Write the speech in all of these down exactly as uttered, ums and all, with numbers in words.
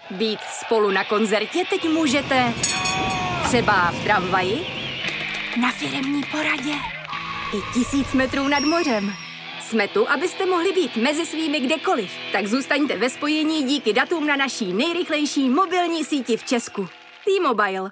Být spolu na koncertě teď můžete třeba v tramvaji, na firemní poradě i tisíc metrů nad mořem. Jsme tu, abyste mohli být mezi svými kdekoliv. Tak zůstaňte ve spojení díky datům na naší nejrychlejší mobilní síti v Česku. T-Mobile.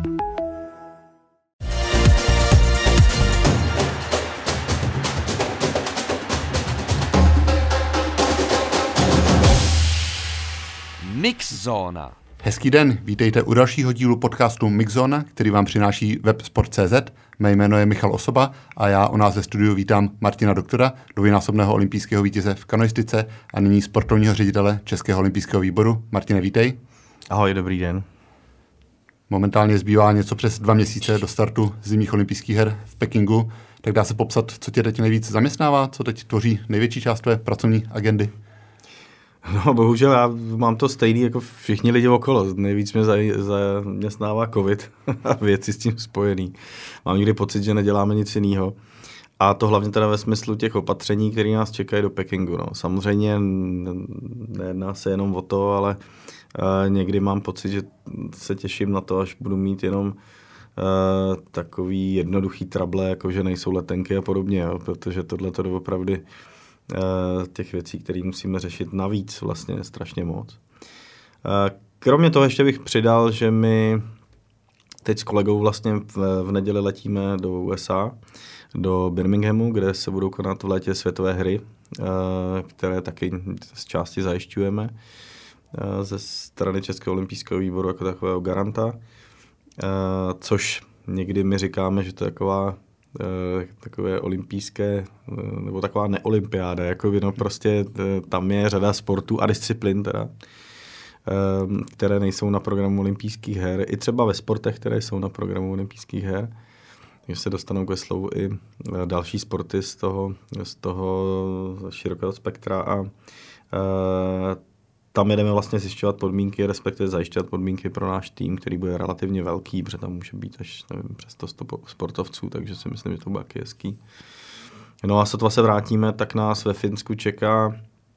Mixzóna. Hezký den, vítejte u dalšího dílu podcastu Mixzóna, který vám přináší web sport tečka cé zet. Mé jméno je Michal Osoba a já u nás ve studiu vítám Martina Doktora, dvojnásobného olympijského vítěze v kanoistice a nyní sportovního ředitele Českého olympijského výboru. Martine, vítej. Ahoj, dobrý den. Momentálně zbývá něco přes dva měsíce do startu zimních olympijských her v Pekingu. Tak dá se popsat, co tě teď nejvíc zaměstnává, co teď tvoří největší část tvé pracovní agendy? No, bohužel já mám to stejný jako všichni lidi okolo. Nejvíc mě zaměstnává covid a věci s tím spojený. Mám někdy pocit, že neděláme nic jiného. A to hlavně teda ve smyslu těch opatření, které nás čekají do Pekingu. No. Samozřejmě nejedná se jenom o to, ale uh, někdy mám pocit, že se těším na to, až budu mít jenom uh, takový jednoduchý trable, jako že nejsou letenky a podobně, jo, protože tohle to doopravdy těch věcí, které musíme řešit navíc vlastně je strašně moc. Kromě toho ještě bych přidal, že my teď s kolegou vlastně v, v neděli letíme do U S A, do Birminghamu, kde se budou konat v létě světové hry, které taky z části zajišťujeme ze strany Českého olympijského výboru jako takového garanta, což někdy my říkáme, že to je taková takové olympijské, nebo taková neolympiáda, jako no prostě tam je řada sportů a disciplín teda, které nejsou na programu olympijských her, i třeba ve sportech, které jsou na programu olympijských her, takže se dostanou ke slovu i další sporty z toho, z toho širokého spektra a tam jdeme vlastně zjišťovat podmínky, respektive zajišťovat podmínky pro náš tým, který bude relativně velký, protože tam může být až nevím, přes sto sportovců, takže si myslím, že to bude hezký. No a sotva se vrátíme, tak nás ve Finsku čeká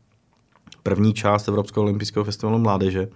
první část Evropského olympijského festivalu mládeže,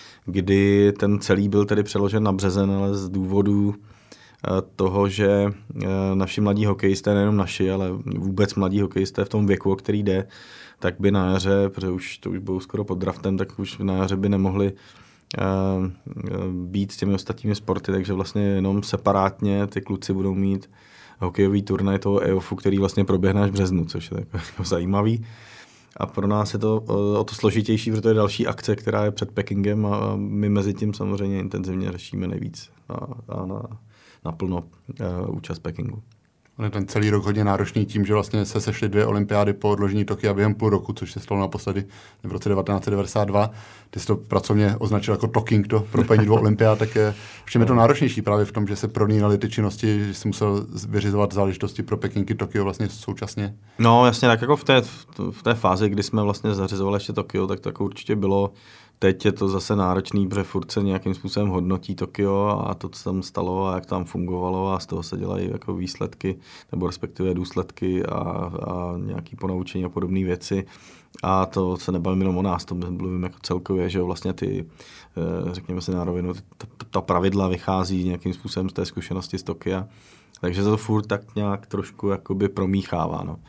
kdy ten celý byl tedy přeložen na březen, ale z důvodu toho, že naši mladí hokejisté, nejenom naši, ale vůbec mladí hokejisté v tom věku, o který jde, tak by na jaře, protože už to už bylo skoro pod draftem, tak už na jaře by nemohli uh, být s těmi ostatními sporty, takže vlastně jenom separátně ty kluci budou mít hokejový turnaj toho E O F u, který vlastně proběhne až v březnu, což je jako, jako zajímavý. A pro nás je to o, o to složitější, protože to je další akce, která je před Pekingem a my mezi tím samozřejmě intenzivně řešíme nejvíc a, a na, naplno uh, účast Pekingu. On je ten celý rok hodně náročný tím, že vlastně se sešly dvě olympiády po odložení Tokia během půl roku, což se stalo naposledy v roce devatenáct set devadesát dva. Ty jsi to pracovně označil jako talking, to propojení dvou olympiád, tak je, v čem je to náročnější právě v tom, že se prolínaly ty činnosti, že jsi musel vyřizovat záležitosti pro Peking Tokio vlastně současně? No jasně, tak jako v té, v té fázi, kdy jsme vlastně zařizovali ještě Tokio, tak to jako určitě bylo. Teď je to zase náročný, protože furt se nějakým způsobem hodnotí Tokio a to, co tam stalo a jak tam fungovalo a z toho se dělají jako výsledky nebo respektive důsledky a, a nějaké ponaučení a podobné věci. A to se nebavím jenom o nás, to mluvím jako celkově, že vlastně ty, řekněme si na rovinu, ta, ta pravidla vychází nějakým způsobem z té zkušenosti z Tokia. Takže to furt tak nějak trošku jakoby promíchává. No.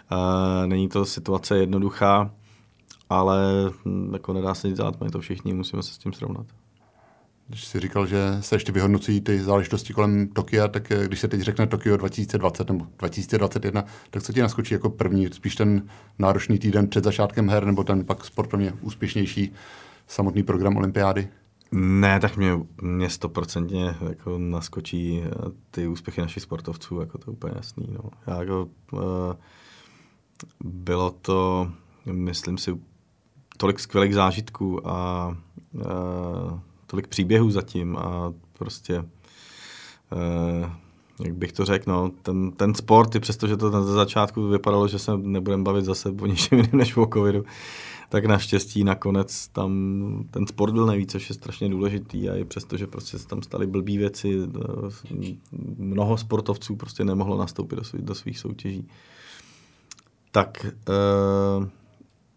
Není to situace jednoduchá, ale jako nedá se nic dělat, my to všichni, musíme se s tím srovnat. Když jsi říkal, že se ještě vyhodnocují ty záležitosti kolem Tokia, tak když se teď řekne Tokio dva tisíce dvacet nebo dva tisíce dvacet jedna, tak co ti naskočí jako první? Spíš ten náročný týden před začátkem her, nebo ten pak sportovně úspěšnější samotný program olympiády? Ne, tak mě, mě stoprocentně jako naskočí ty úspěchy našich sportovců, jako to je úplně jasný. No. Já jako, uh, bylo to, myslím si, tolik skvělých zážitků a uh, tolik příběhů zatím a prostě, uh, jak bych to řekl, no, ten, ten sport, i přestože to na začátku vypadalo, že se nebudeme bavit zase o ničem jiném než o covidu, tak naštěstí nakonec tam ten sport byl nejvíc, což je strašně důležitý a i přesto, že prostě se tam staly blbý věci, mnoho sportovců prostě nemohlo nastoupit do, svých, do svých soutěží. Tak uh,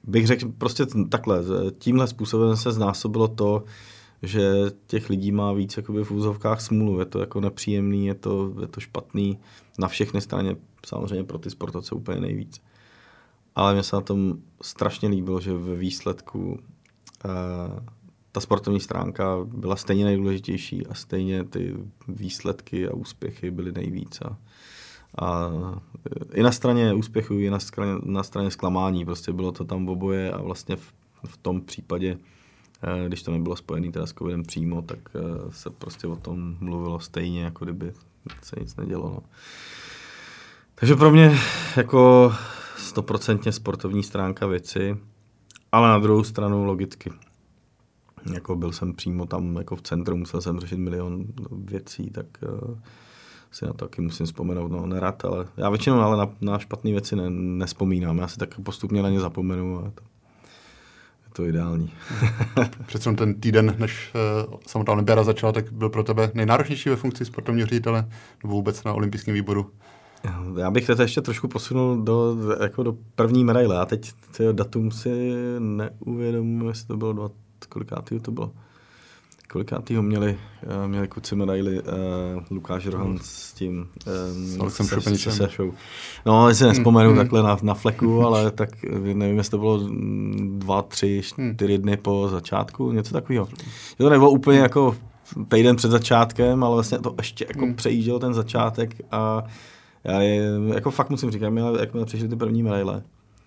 bych řekl prostě takhle, tímhle způsobem se znásobilo to, že těch lidí má víc jakoby v úzovkách smůlu, je to jako nepříjemný, je to, je to špatný na všechny straně, samozřejmě pro ty sportovce úplně nejvíc. Ale mně se na tom strašně líbilo, že ve výsledku uh, ta sportovní stránka byla stejně nejdůležitější a stejně ty výsledky a úspěchy byly nejvíc. A, a i na straně úspěchu, i na straně, na straně zklamání, prostě bylo to tam oboje a vlastně v, v tom případě, uh, když to nebylo spojené teda s covidem přímo, tak uh, se prostě o tom mluvilo stejně, jako kdyby se nic nedělo. No. Takže pro mě jako stoprocentně sportovní stránka věci, ale na druhou stranu logicky. Jako byl jsem přímo tam jako v centru, musel jsem řešit milion věcí, tak uh, si na to taky musím vzpomenout, no nerad, ale já většinou ale na, na špatné věci ne, nespomínám, já si tak postupně na ně zapomenu a to, je to ideální. Přece ten týden, než uh, samotná olympiáda začala, tak byl pro tebe nejnáročnější ve funkci sportovního ředitele nebo vůbec na olympijském výboru? Já bych to ještě trošku posunul do, jako do první medaile. A teď tyjo, datum si neuvědomuji, jestli to bylo dvacet, kolikátýho to bylo. Kolikátýho měli, měli kluci medaily uh, Lukáš Rohan s tím um, se, se, se Sešou. No, jestli nespomenu mm, takhle na, na fleku, ale tak nevím, jestli to bylo dva, tři, čtyři dny po začátku, něco takového. To nebylo úplně jako týden před začátkem, ale vlastně to ještě jako mm. přejíždělo ten začátek a já je, jako fakt musím říkat, jakmile přišly ty první medaile,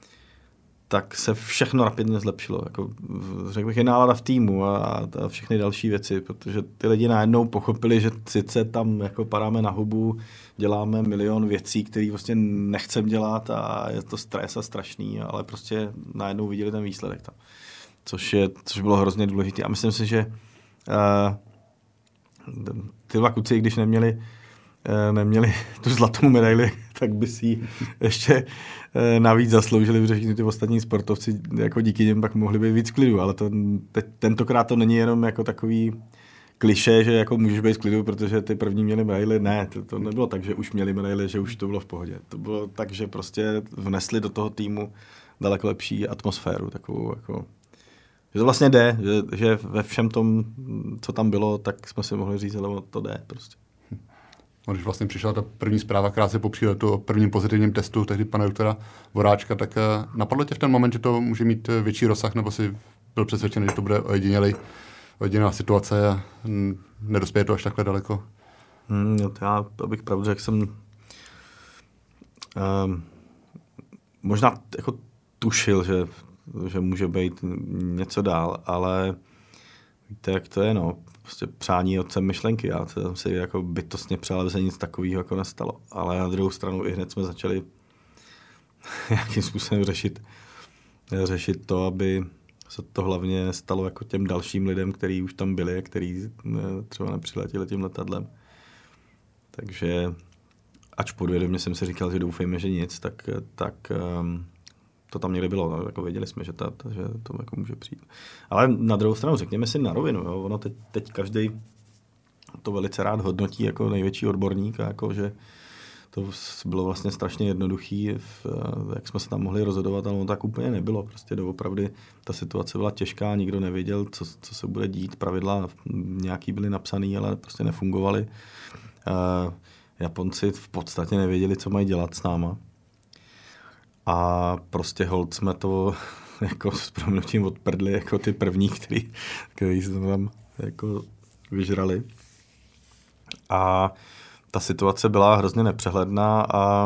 tak se všechno rapidně zlepšilo. Jako, řekl bych, je nálada v týmu a, a všechny další věci, protože ty lidi najednou pochopili, že sice tam jako padáme na hubu, děláme milion věcí, které vlastně nechcem dělat a je to stres a strašný, ale prostě najednou viděli ten výsledek tam. Což, je, což bylo hrozně důležité. A myslím si, že uh, ty dva kluci, když neměli neměli tu zlatou medaili, tak by si ji ještě navíc zasloužili, protože všichni ty ostatní sportovci jako díky něm pak mohli být víc v klidu, ale to, te, tentokrát to není jenom jako takový klišé, že jako můžeš být v klidu, protože ty první měli medaily. Ne, to, to nebylo tak, že už měli medaily, že už to bylo v pohodě. To bylo tak, že prostě vnesli do toho týmu daleko lepší atmosféru, takovou jako, že to vlastně jde, že, že ve všem tom, co tam bylo, tak jsme si mohli říct, ale to jde prostě. Když vlastně přišla ta první zpráva krátce po příletu o prvním pozitivním testu tehdy pana doktora Voráčka, tak napadlo tě v ten moment, že to může mít větší rozsah, nebo si byl přesvědčený, že to bude ojedinělej, ojedinělá situace a nedospěje to až takhle daleko? Hmm, já, abych pravdu řekl, jsem um, možná jako tušil, že, že může být něco dál, ale víte, jak to je, no. Prostě přání otcem myšlenky. Já jsem si jako bytostně přál, aby se nic takového jako nestalo. Ale na druhou stranu i hned jsme začali nějakým způsobem řešit, řešit to, aby se to hlavně stalo jako těm dalším lidem, kteří už tam byli a kteří třeba nepřiletěli tím letadlem. Takže ač podvědomě jsem si říkal, že doufejme, že nic, tak, tak um, to tam někde bylo, no, jako věděli jsme, že, ta, ta, že to jako může přijít. Ale na druhou stranu, řekněme si na rovinu, jo, ono teď, teď každý to velice rád hodnotí jako největší odborník a jako, že to bylo vlastně strašně jednoduchý, v, jak jsme se tam mohli rozhodovat, ale ono tak úplně nebylo. Prostě doopravdy ta situace byla těžká, nikdo nevěděl, co, co se bude dít, pravidla nějaký byly napsaný, ale prostě nefungovaly. Uh, Japonci v podstatě nevěděli, co mají dělat s náma. A prostě holt jsme to jako s proměnutím odprdli jako ty první, který, který se tam jako vyžrali. A ta situace byla hrozně nepřehledná a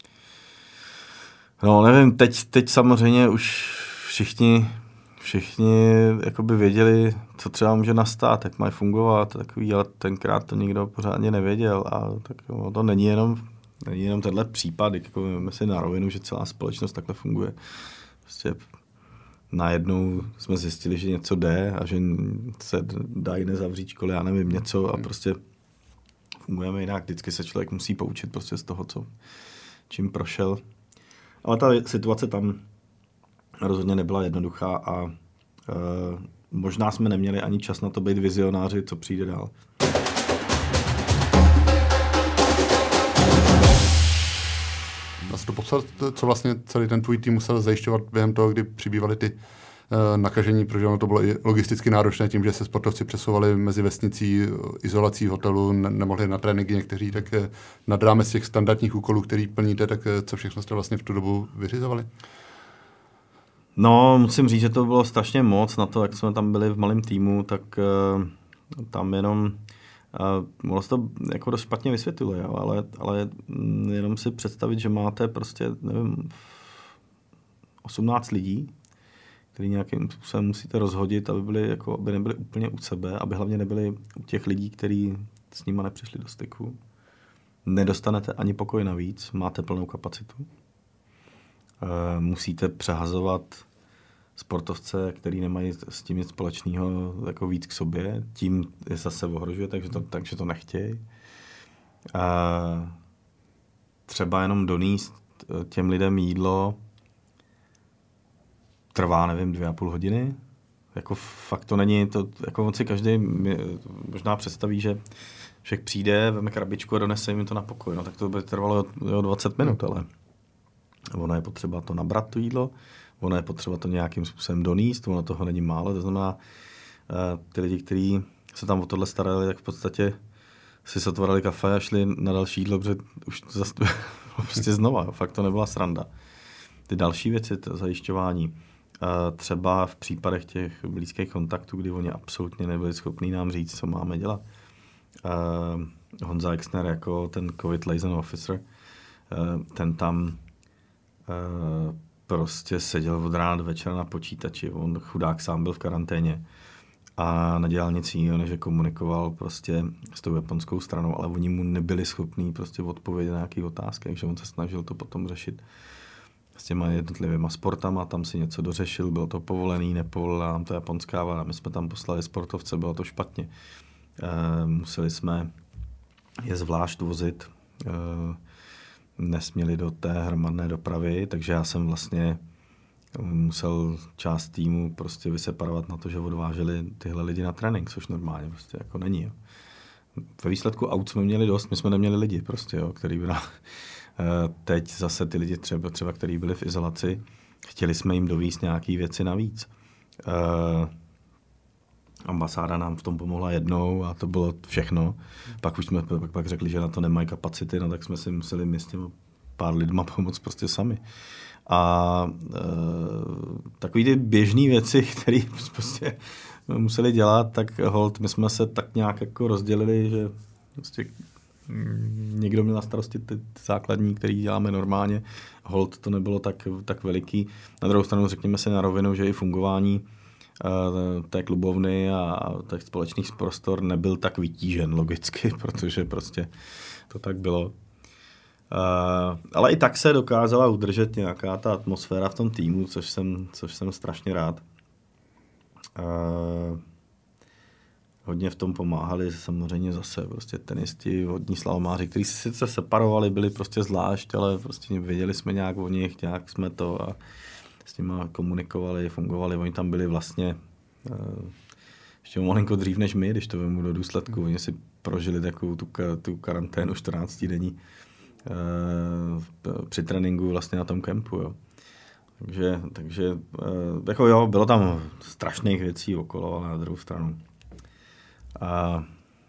no nevím, teď, teď samozřejmě už všichni, všichni jakoby věděli, co třeba může nastat, jak mají fungovat, takový, ale tenkrát to nikdo pořádně nevěděl a tak no, to není jenom Není jenom tenhle případ, jako máme si na rovinu, že celá společnost takhle funguje. Prostě najednou jsme zjistili, že něco jde a že se dají nezavřít školy, já nevím, něco a prostě fungujeme jinak. Vždycky se člověk musí poučit prostě z toho, co, čím prošel. Ale ta situace tam rozhodně nebyla jednoduchá a e, možná jsme neměli ani čas na to být vizionáři, co přijde dál. si to popsat, co vlastně celý ten tvůj tým musel zajišťovat během toho, kdy přibývaly ty uh, nakažení, protože ono to bylo i logisticky náročné tím, že se sportovci přesouvali mezi vesnicí, izolací v hotelu, ne- nemohli na tréninky někteří, tak uh, nad rámec těch standardních úkolů, který plníte, tak uh, co všechno jste vlastně v tu dobu vyřizovali? No, musím říct, že to bylo strašně moc na to, jak jsme tam byli v malém týmu, tak uh, tam jenom Uh, mohlo se to jako dost špatně vysvětlilo, jo, ale, ale jenom si představit, že máte prostě, nevím, osmnáct lidí, který nějakým způsobem musíte rozhodit, aby, byli, jako, aby nebyli úplně u sebe, aby hlavně nebyli u těch lidí, kteří s nima nepřišli do styku. Nedostanete ani pokoj navíc, máte plnou kapacitu. Uh, musíte přehazovat sportovce, který nemají s tím nic společného, jako víc k sobě, tím je zase ohrožuje, takže to, takže to nechtějí. A třeba jenom donést těm lidem jídlo trvá, nevím, dvě a půl hodiny. Jako fakt to není, to, jako on si každý možná představí, že všech přijde, veme krabičku a donese jim to na pokoj. No tak to by trvalo jo, dvacet minut, ale ono je potřeba to nabrat, to jídlo, ono je potřeba to nějakým způsobem donést, ono toho není málo, to znamená, ty lidi, kteří se tam o tohle starali, tak v podstatě si sotvorili kafe a šli na další jídlo, protože už to zase prostě znova, fakt to nebyla sranda. Ty další věci, to zajišťování, třeba v případech těch blízkých kontaktů, kdy oni absolutně nebyli schopní nám říct, co máme dělat. Honza Exner jako ten COVID liaison officer, ten tam prostě seděl od rána do večera na počítači. On chudák sám byl v karanténě a nedělal nic jiného, než komunikoval prostě s tou japonskou stranou, ale oni mu nebyli schopní prostě odpovědět na nějaké otázky, takže on se snažil to potom řešit s těma jednotlivýma sportama, tam si něco dořešil, bylo to povolený, nepovolila nám to japonská vláda, my jsme tam poslali sportovce, bylo to špatně. E, museli jsme je zvlášť vozit, e, nesměli do té hromadné dopravy, takže já jsem vlastně musel část týmu prostě vyseparovat na to, že odváželi tyhle lidi na trénink, což normálně prostě jako není. Jo. Ve výsledku aut jsme měli dost, my jsme neměli lidi prostě, jo, který by na... Teď zase ty lidi třeba, třeba, kteří byli v izolaci, chtěli jsme jim dovízt nějaké věci navíc. Uh, ambasáda nám v tom pomohla jednou a to bylo všechno. Pak už jsme pak, pak řekli, že na to nemají kapacity, no tak jsme si museli my s těmi pár lidma pomoct prostě sami. A uh, takový ty běžné věci, které prostě museli dělat, tak hold, my jsme se tak nějak jako rozdělili, že prostě někdo měl na starosti ty, ty základní, který děláme normálně. Hold to nebylo tak, tak veliký. Na druhou stranu řekněme si na rovinu, že i fungování uh, té klubovny a, a těch společných prostor nebyl tak vytížen logicky, protože prostě to tak bylo. Uh, ale i tak se dokázala udržet nějaká ta atmosféra v tom týmu, což jsem, což jsem strašně rád. Uh, Hodně v tom pomáhali samozřejmě zase prostě tenisti, vodní slalomáři, kteří se sice separovali, byli prostě zvlášť, ale prostě věděli jsme nějak o nich, nějak jsme to a s nimi komunikovali, fungovali. Oni tam byli vlastně uh, ještě malinko dřív než my, když to vemu do důsledku. Oni si prožili takovou tu, tu karanténu čtrnáct denní uh, při tréninku vlastně na tom kempu. Jo. Takže, takže uh, jako jo, bylo tam strašných věcí okolo, ale na druhou stranu. A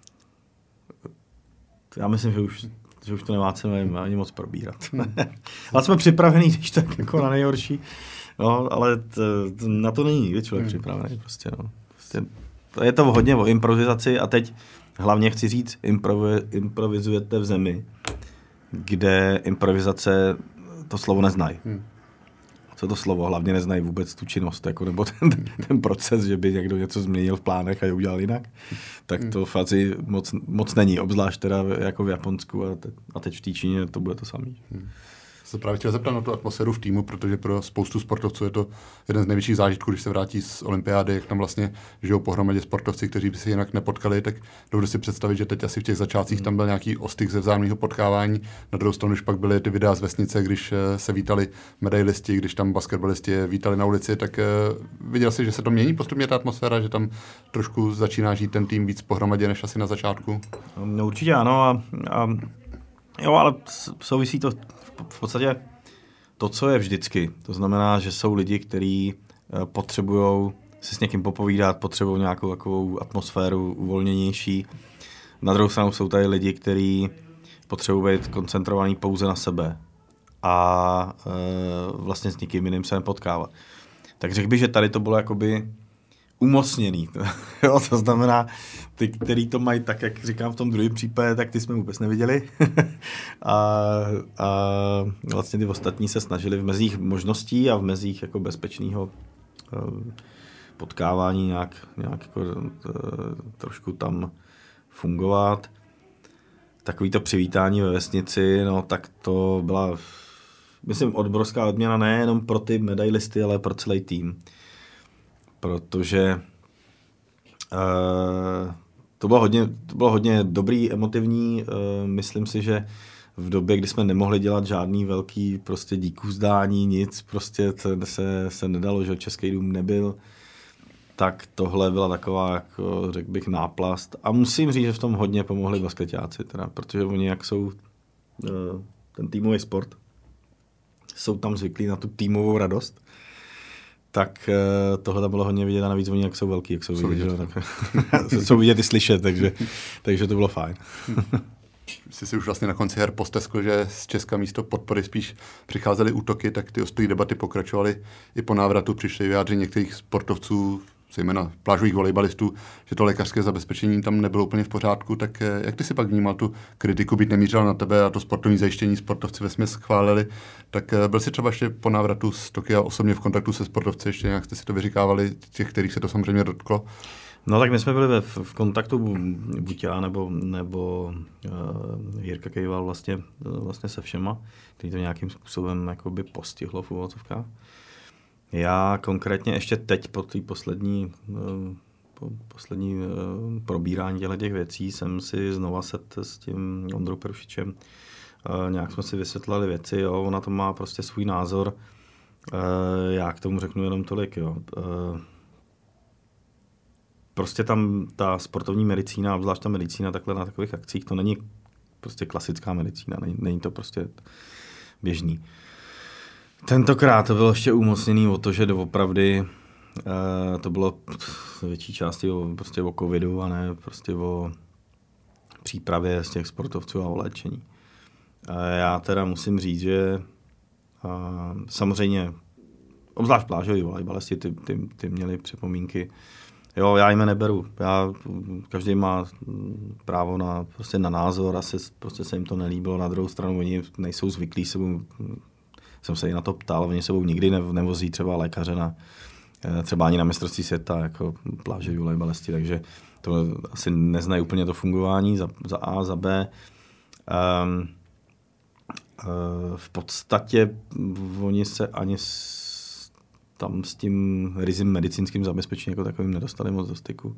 já myslím, že už, že už to nemá cenu ani moc probírat. Ale jsme připravení, když tak jako na nejhorší. No, ale t, t, na to není nikdy člověk hmm. připravený. Prostě, no. prostě, je to hodně o improvizaci a teď hlavně chci říct, improvi, improvizujete v zemi, kde improvizace to slovo neznají. Hmm. Co to slovo, hlavně neznají vůbec tu činnost, jako, nebo ten, ten proces, že by někdo něco změnil v plánech a je udělal jinak, tak to v Azii moc, moc není, obzvlášť teda jako v Japonsku a, te, a teď v té Číně to bude to samé. Hmm. Se právě chtěl zeptat na tu atmosféru v týmu, protože pro spoustu sportovců je to jeden z největších zážitků, když se vrátí z olympiády, jak tam vlastně žijou pohromadě sportovci, kteří by si jinak nepotkali, tak dovedu si představit, že teď asi v těch začátcích tam byl nějaký ostyk ze vzájemného potkávání. Na druhou stranu už pak byly ty videa z vesnice, když se vítali medailisti, když tam basketbalisti vítali na ulici, tak viděl jsi, že se to mění postupně ta atmosféra, že tam trošku začíná žít ten tým víc pohromadě než asi na začátku? No, určitě ano a, a jo, ale souvisí to v podstatě to, co je vždycky. To znamená, že jsou lidi, kteří potřebují si s někým popovídat, potřebují nějakou takovou atmosféru uvolněnější. Na druhou stranu jsou tady lidi, kteří potřebují být koncentrovaní pouze na sebe a e, vlastně s nikým jiným se nepotkávat. Tak řekl bych, že tady to bylo jakoby umocněný. Jo, to znamená, ty, který to mají tak, jak říkám v tom druhém případě, tak ty jsme vůbec neviděli. a, a vlastně ty ostatní se snažili v mezích možností a v mezích jako bezpečného e, potkávání nějak, nějak jako, e, trošku tam fungovat. Takový to přivítání ve vesnici, no tak to byla, myslím, obrovská odměna nejenom pro ty medailisty, ale pro celý tým. Protože uh, to bylo hodně, to bylo hodně dobrý, emotivní. Uh, myslím si, že v době, kdy jsme nemohli dělat žádný velký prostě díků vzdání, nic, prostě to se, se nedalo, že Český dům nebyl, tak tohle byla taková, jako řekl bych, náplast. A musím říct, že v tom hodně pomohli basketáci, teda, protože oni, jak jsou uh, ten týmový sport, jsou tam zvyklí na tu týmovou radost, tak uh, tohle tam bylo hodně vidět a navíc oni, jak jsou velký, jak jsou, jsou vidět, vidět. Tak, jsou vidět i slyšet, takže, takže to bylo fajn. Jsi si už vlastně na konci her posteskl, že z Česka místo podpory spíš přicházely útoky, tak ty ostré debaty pokračovaly i po návratu. Přišly vyjádření některých sportovců, zejména plážových volejbalistů, že to lékařské zabezpečení tam nebylo úplně v pořádku. Tak jak ty si pak vnímal tu kritiku, byť nemířila na tebe a to sportovní zajištění sportovci vesměs schválili, tak byl si třeba ještě po návratu z Tokia osobně v kontaktu se sportovci, ještě nějak jste si to vyříkávali, těch, kterých se to samozřejmě dotklo? No tak my jsme byli v, v kontaktu buď já nebo, nebo uh, Jirka Kejval vlastně, vlastně se všema, který to nějakým způsobem jakoby postihlo v uvozovkách. Já konkrétně ještě teď po té poslední, uh, po poslední uh, probírání těch věcí jsem si znova set s tím Ondrou Perušičem. Uh, nějak jsme si vysvětlali věci, jo, ona to má prostě svůj názor. Uh, já k tomu řeknu jenom tolik, jo. Uh, Prostě tam ta sportovní medicína, obzvlášť ta medicína takhle na takových akcích, to není prostě klasická medicína, není, není to prostě běžný. Tentokrát to bylo ještě umocněný o to, že doopravdy uh, to bylo v větší části o, prostě o covidu a ne prostě o přípravě z těch sportovců a o léčení. Uh, já teda musím říct, že uh, samozřejmě obzvlášť plážoví volejbalisti, ty, ty, ty měli připomínky. Jo, já jim neberu. Já, každý má právo na, prostě na názor, asi prostě se jim to nelíbilo. Na druhou stranu oni nejsou zvyklí sebou, jsem se i na to ptal, oni sebou nikdy nevozí třeba lékaře na, třeba ani na mistrovství světa, jako plážoví volejbalisti, takže to asi neznají úplně to fungování za, za A, za B. Um, uh, v podstatě oni se ani s, tam s tím rizím medicínským zabezpečením jako takovým nedostali moc do styku.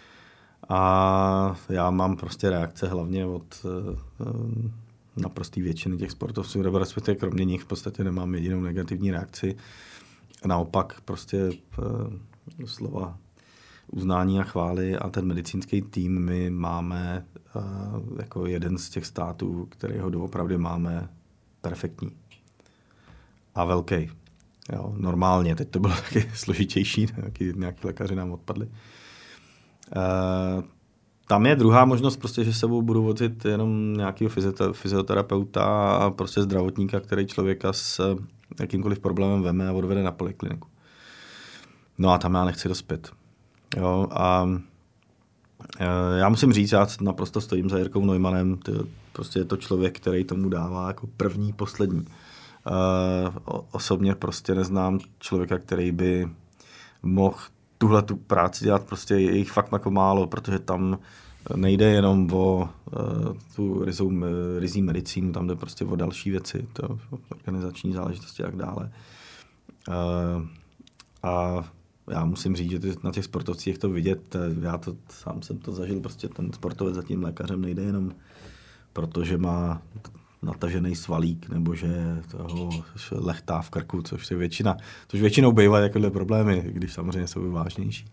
A já mám prostě reakce hlavně od uh, naprosté většiny těch sportovců, nebo respektive kromě nich v podstatě nemám jedinou negativní reakci. Naopak prostě uh, slova uznání a chvály a ten medicínský tým my máme uh, jako jeden z těch států, kterého doopravdy máme perfektní a velký. Jo, normálně, teď to bylo taky složitější, nějaký, nějaký lékaři nám odpadli. Uh, tam je druhá možnost, prostě, že s sebou budu vozit jenom nějakého fyzioterapeuta a prostě zdravotníka, který člověka s jakýmkoliv problémem veme a odvede na polikliniku. No a tam já nechci dospět. Jo, a uh, já musím říct, já naprosto stojím za Jirkou Neumannem, to, prostě je to člověk, který tomu dává jako první, poslední. Uh, osobně prostě neznám člověka, který by mohl tuhle tu práci dělat, prostě je jich fakt jako málo, protože tam nejde jenom o uh, tu rizou, rizí medicínu, tam jde prostě o další věci, to organizační záležitosti a tak dále. Uh, a já musím říct, že ty, na těch sportovcích to vidět, já to sám jsem to zažil, prostě ten sportovec za tím lékařem nejde jenom protože má natažený svalík, nebo že toho lechtá v krku, což se většina, což většinou bývají jakéhle problémy, když samozřejmě jsou vážnější.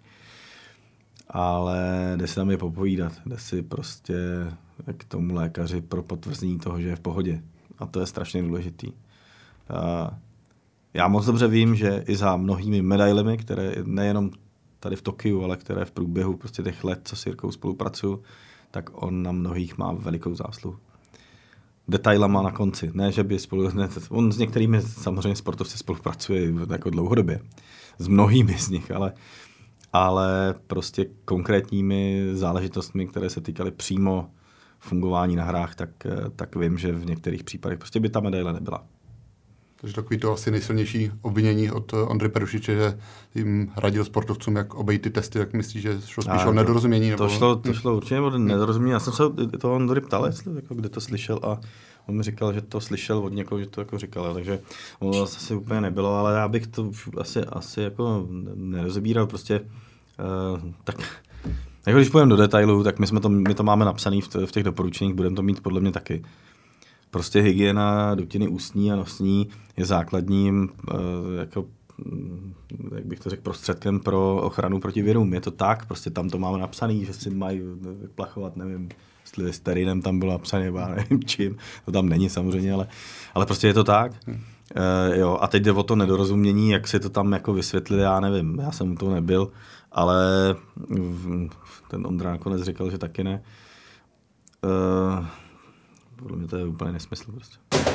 Ale jde si tam je popovídat, jde si prostě k tomu lékaři pro potvrzení toho, že je v pohodě. A to je strašně důležitý. A já moc dobře vím, že i za mnohými medailemi, které nejenom tady v Tokiu, ale které v průběhu prostě těch let, co s Jirkou spolupracuju, tak on na mnohých má velikou zásluhu. Detailama na konci. Ne, že by spolu... Ne, on s některými samozřejmě sportovci spolupracuje jako dlouhodobě. S mnohými z nich, ale, ale prostě konkrétními záležitostmi, které se týkaly přímo fungování na hrách, tak, tak vím, že v některých případech prostě by ta medaile nebyla. Takže takový to asi nejsilnější obvinění od Ondry Perušiče, že jim radil sportovcům, jak obejít ty testy, jak myslíš, že šlo spíš o nedorozumění? Nebo... To, šlo, to šlo určitě o nedorozumění. Já jsem se toho Ondry ptal, jestli, jako, kde to slyšel a on mi říkal, že to slyšel od někoho, že to jako říkal, takže ono to asi úplně nebylo, ale já bych to asi, asi jako nerozebíral, prostě uh, tak... Jako když půjdeme do detailů, tak my, jsme to, my to máme napsané v, v těch doporučeních, budeme to mít podle mě taky. Prostě hygiena dutiny ústní a nosní je základním, jako, jak bych to řekl, prostředkem pro ochranu proti virům. Je to tak, prostě tam to máme napsané, že si mají vyplachovat, nevím, jestli sterinem tam bylo napsané, nebo nevím čím, to tam není samozřejmě, ale, ale prostě je to tak. Hmm. E, jo, a teď jde o to nedorozumění, jak si to tam jako vysvětlili, já nevím, já jsem u toho nebyl, ale ten Ondra nakonec říkal, že taky ne. E, Podle mě to je úplně nesmysl prostě.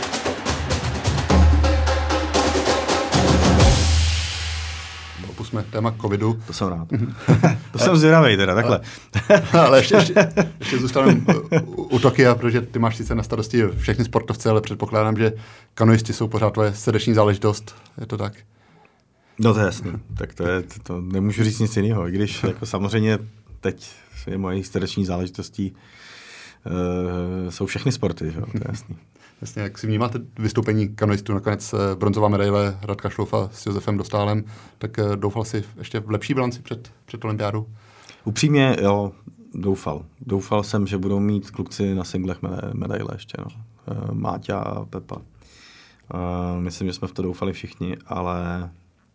Opusme téma covidu. To jsem rád. To jsem zvědavej teda, takhle. Ale ještě, ještě, ještě zůstaneme u, u Tokia, protože ty máš sice na starosti všechny sportovce, ale předpokládám, že kanoisti jsou pořád tvoje srdeční záležitost. Je to tak? No to je jasný. Tak to je, to, to nemůžu říct nic jiného. I když jako samozřejmě teď je mojí srdeční záležitostí Uh, jsou všechny sporty, že? To je jasný. Jasně, jak si vnímáte vystoupení kanoistů, nakonec bronzová medaile Radka Šloufa s Josefem Dostálem, tak doufal jsi ještě v lepší bilanci před, před olympiádou? Upřímně, jo, doufal. Doufal jsem, že budou mít kluci na singlech medaile ještě, no. Uh, Máťa a Pepa. Uh, myslím, že jsme v to doufali všichni, ale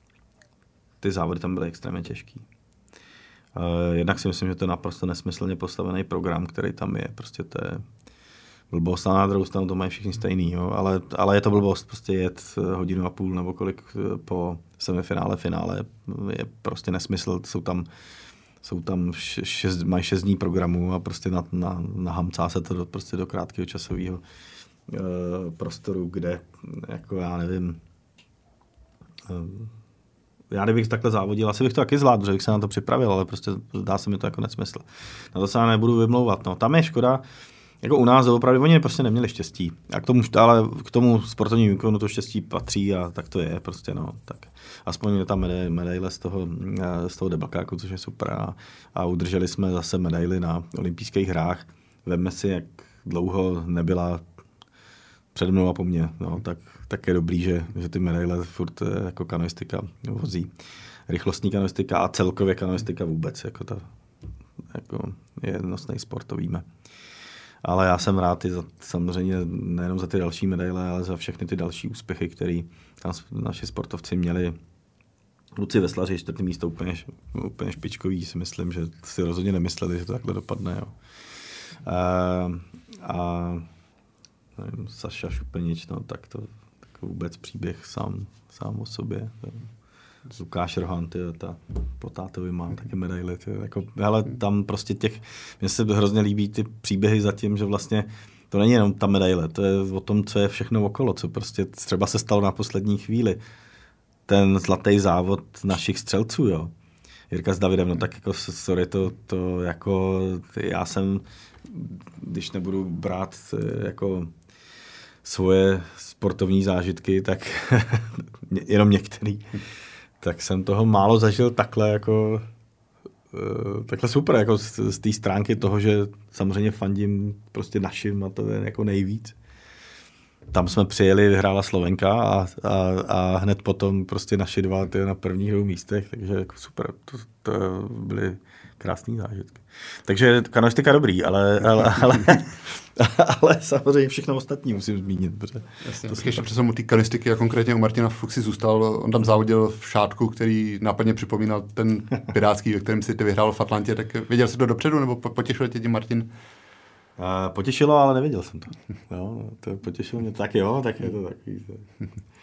ty závody tam byly extrémně těžký. Uh, jednak si myslím, že to je naprosto nesmyslně postavený program, který tam je. Prostě to je blbost. A na druhou stranu to mají všichni stejný, jo? Ale, ale je to blbost. Prostě jet hodinu a půl nebo kolik po semifinále, finále je prostě nesmysl. Jsou tam, jsou tam šest, mají šest dní programu a prostě na, na, nahamcá se to do, prostě do krátkého časového uh, prostoru, kde, jako já nevím, uh, já kdybych takhle závodil, asi bych to taky zvládl, že bych se na to připravil, ale prostě zdá se mi to jako nesmysl. Na to se já nebudu vymlouvat. No, tam je škoda, jako u nás opravdu oni prostě neměli štěstí. A k tomu, ale k tomu sportovnímu výkonu to štěstí patří a tak to je prostě, no. Tak aspoň je tam medaile, medaile z toho, z toho debakáku, což je super. A, a udrželi jsme zase medaily na olympijských hrách. Vemme si, jak dlouho nebyla před mnou a po mně, no, tak, tak je dobrý, že, že ty medaile furt jako kanoistika vozí. Rychlostní kanoistika a celkově kanoistika vůbec, jako, ta, jako je nosný sport, to víme. Ale já jsem rád i za, samozřejmě nejenom za ty další medaile, ale za všechny ty další úspěchy, které tam naši sportovci měli. Luci Veslaři, čtvrtý místo, úplně, úplně špičkový, si myslím, že si rozhodně nemysleli, že to takhle dopadne. Jo. A, a nevím, Saša Šupenič, no, tak to tak vůbec příběh sám, sám o sobě. Lukáš Rohan, tyjo, ta po tátovi má taky medaily. Tyjo, jako, hele, tam prostě těch, mně se hrozně líbí ty příběhy za tím, že vlastně to není jenom ta medaile, to je o tom, co je všechno okolo, co prostě třeba se stalo na poslední chvíli. Ten zlatý závod našich střelců, jo. Jirka s Davidem, no tak jako sorry, to, to jako já jsem, když nebudu brát jako svoje sportovní zážitky, tak jenom některý, tak jsem toho málo zažil takhle jako takhle super, jako z, z té stránky toho, že samozřejmě fandím prostě našim a to je jako nejvíc. Tam jsme přijeli, vyhrála Slovenka a, a, a hned potom prostě naši dva ty na prvních dvou místech, takže jako super, to, to byly krásný zážitky. Takže kanoistika dobrý, ale, ale, ale, ale samozřejmě všechno ostatní musím zmínit. Jasně, to ještě přesom u té kanoistiky a konkrétně u Martina Fuchsy zůstal, on tam závodil v šátku, který nápadně připomínal ten pirátský, ve kterém si ty vyhrál v Atlantě, tak věděl jsi to dopředu, nebo potěšil tě tím Martin? Uh, potěšilo, ale nevěděl jsem to. Jo, to potěšilo mě. Tak jo, tak je to takový.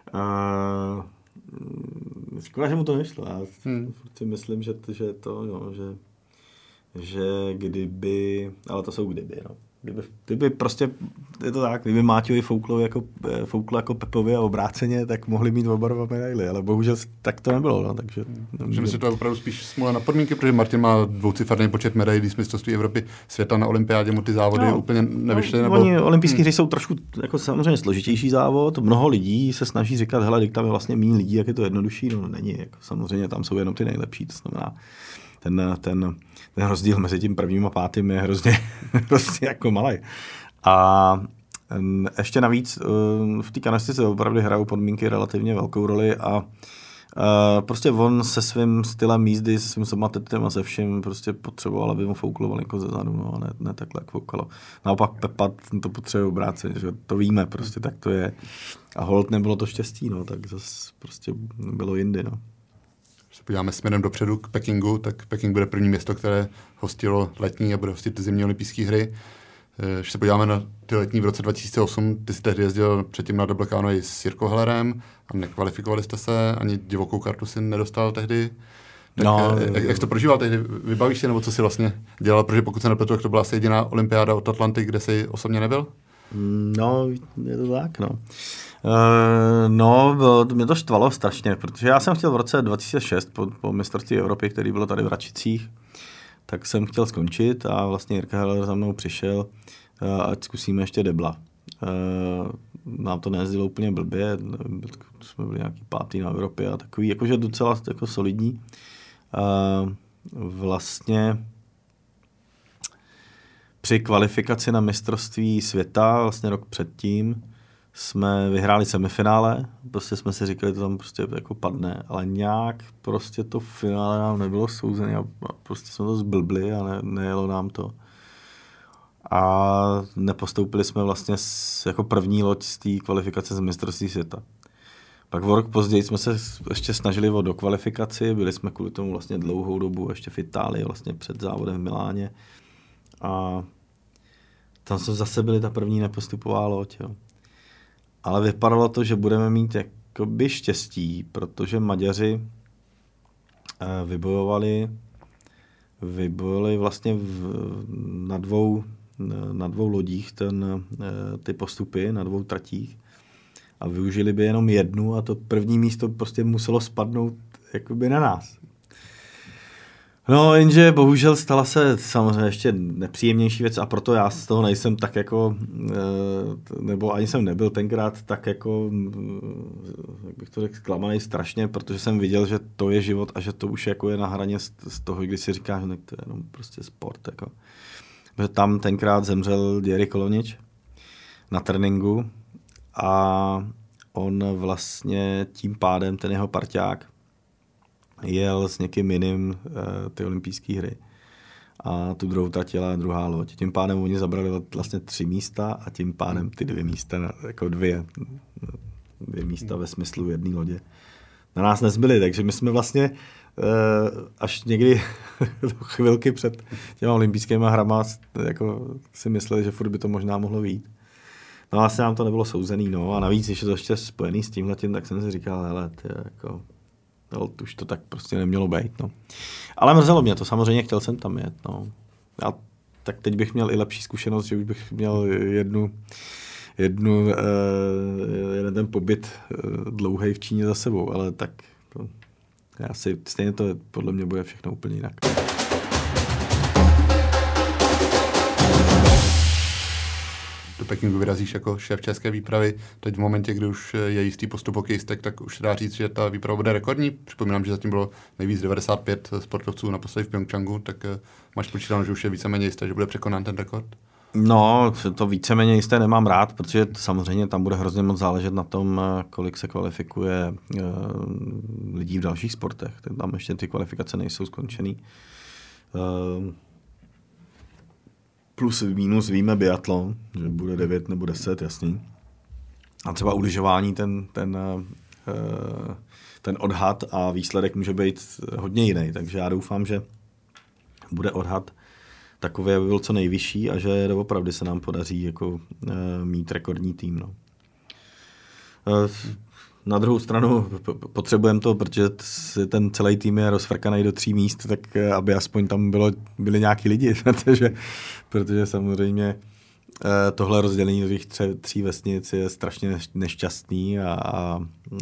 Uh, škoda, že mu to nešlo. Já hmm. si myslím, že, že to, no, že, že kdyby, ale to jsou kdyby, no. Kdyby, kdyby prostě, je to tak, kdyby Máťovi fouklo jako, fouklo jako Pepovi a obráceně, tak mohli mít oba dva medaily, ale bohužel tak to nebylo, no, takže... Můžeme si to opravdu spíš smůla na podmínky, protože Martin má dvouciferný počet medailí z mistrovství Evropy světa na olympiádě, mu ty závody no, úplně nevyšly. No, nebo... Oni olympijské hry jsou trošku jako samozřejmě složitější závod, mnoho lidí se snaží říkat, hele, když tam je vlastně méně lidí, jak je to jednodušší, no není, jako, samozřejmě tam jsou jenom ty nejlepší, to znamená, ten, ten, ten rozdíl mezi tím prvním a pátým je hrozně, hrozně jako malý. A ještě navíc v té kanostice opravdu hrajou podmínky relativně velkou roli a prostě on se svým stylem jízdy, se svým somatetem a se vším prostě potřeboval, aby mu fouklo malinko ze zadu, no, a ne, ne takhle, jak foukalo. Naopak Pepa to potřebuje obráceně, že to víme, prostě tak to je. A holt nebylo to štěstí, no, tak zase prostě bylo jindy, no. Když se podíváme směrem dopředu k Pekingu, tak Peking bude první město, které hostilo letní a bude hostit zimní olympijské hry. Když se podíváme na ty letní v roce dva tisíce osm, ty jsi tehdy jezdil předtím na double canoe s Jirkou Hellerem a nekvalifikovali jste se, ani divokou kartu si nedostal tehdy. Tak no, jak, jak to prožíval tehdy? Vybavíš si, nebo co jsi vlastně dělal? Protože pokud se nepletu, to byla asi jediná olympiáda od Atlanty, kde jsi osobně nebyl? No, je to tak, no. Uh, no, bylo, mě to štvalo strašně, protože já jsem chtěl v roce dva tisíce šest po, po mistrovství Evropy, který bylo tady v Račicích, tak jsem chtěl skončit a vlastně Jirka Heller za mnou přišel, uh, ať zkusíme ještě debla. Uh, nám to nejezdilo úplně blbě, jsme byli nějaký pátý na Evropě a takový, jakože docela jako solidní. Uh, vlastně při kvalifikaci na mistrovství světa, vlastně rok předtím, jsme vyhráli semifinále, prostě jsme si říkali, že to tam prostě jako padne, ale nějak prostě to finále nám nebylo souzené a prostě jsme to zblbli a ne, nejelo nám to. A nepostoupili jsme vlastně s, jako první loď z té kvalifikace z mistrovství světa. Pak o rok později jsme se ještě snažili o dokvalifikaci, byli jsme kvůli tomu vlastně dlouhou dobu ještě v Itálii, vlastně před závodem v Miláně. A tam jsme zase byli ta první nepostupová loď, jo. Ale vypadalo to, že budeme mít jakoby štěstí, protože Maďaři vybojovali, vybojovali vlastně v, na, dvou, na dvou lodích ten, ty postupy, na dvou tratích a využili by jenom jednu a to první místo prostě muselo spadnout jakoby na nás. No, jenže bohužel stala se samozřejmě ještě nepříjemnější věc a proto já z toho nejsem tak jako, nebo ani jsem nebyl tenkrát tak jako, jak bych to řekl, zklamaný strašně, protože jsem viděl, že to je život a že to už jako je na hraně z toho, kdy si říkáš, že to je jenom prostě sport. Jako. Protože tam tenkrát zemřel Jerry Kolonič na tréninku a on vlastně tím pádem, ten jeho parťák, jel s někým jiným uh, ty olympijské hry. A tu druhou tratila druhá loď. Tím pádem oni zabrali vlastně tři místa a tím pádem ty dvě místa, jako dvě, dvě místa ve smyslu jedné lodě. Na nás nezbyly, takže my jsme vlastně uh, až někdy chvilky před těma olympijskými hrama jako si mysleli, že furt by to možná mohlo vyjít. No vlastně nám to nebylo souzený, no a navíc, když je to ještě spojený s tímhletím, tak jsem si říkal, hele, ty jako... No, už to tak prostě nemělo být, no. Ale mrzelo mě to, samozřejmě chtěl jsem tam jet, no. A tak teď bych měl i lepší zkušenost, že už bych měl jednu, jednu, eh, jeden ten pobyt eh, dlouhej v Číně za sebou, ale tak to, asi stejně to podle mě bude všechno úplně jinak. Do Pekingu vyrazíš jako šéf české výpravy. Teď v momentě, kdy už je jistý postup hokejistek, tak už se dá říct, že ta výprava bude rekordní. Připomínám, že zatím bylo nejvíc devadesát pět sportovců naposledy v Pyeongchangu, tak máš počítáno, že už je víceméně jisté, že bude překonán ten rekord? No, to víceméně jisté nemám rád, protože samozřejmě tam bude hrozně moc záležet na tom, kolik se kvalifikuje uh, lidí v dalších sportech. Tam ještě ty kvalifikace nejsou skončený. Uh, Plus minus víme biatlon, že bude devět nebo deset, jasný. A třeba u lyžování ten, ten, ten odhad a výsledek může být hodně jiný. Takže já doufám, že bude odhad takový, aby byl co nejvyšší a že opravdu se nám podaří jako mít rekordní tým. No. na druhou stranu potřebujeme to, protože ten celý tým je rozfrkaný do tří míst, tak aby aspoň tam bylo, byli nějaký lidi, protože, protože samozřejmě tohle rozdělení do těch tře, tří vesnic je strašně nešťastný a, a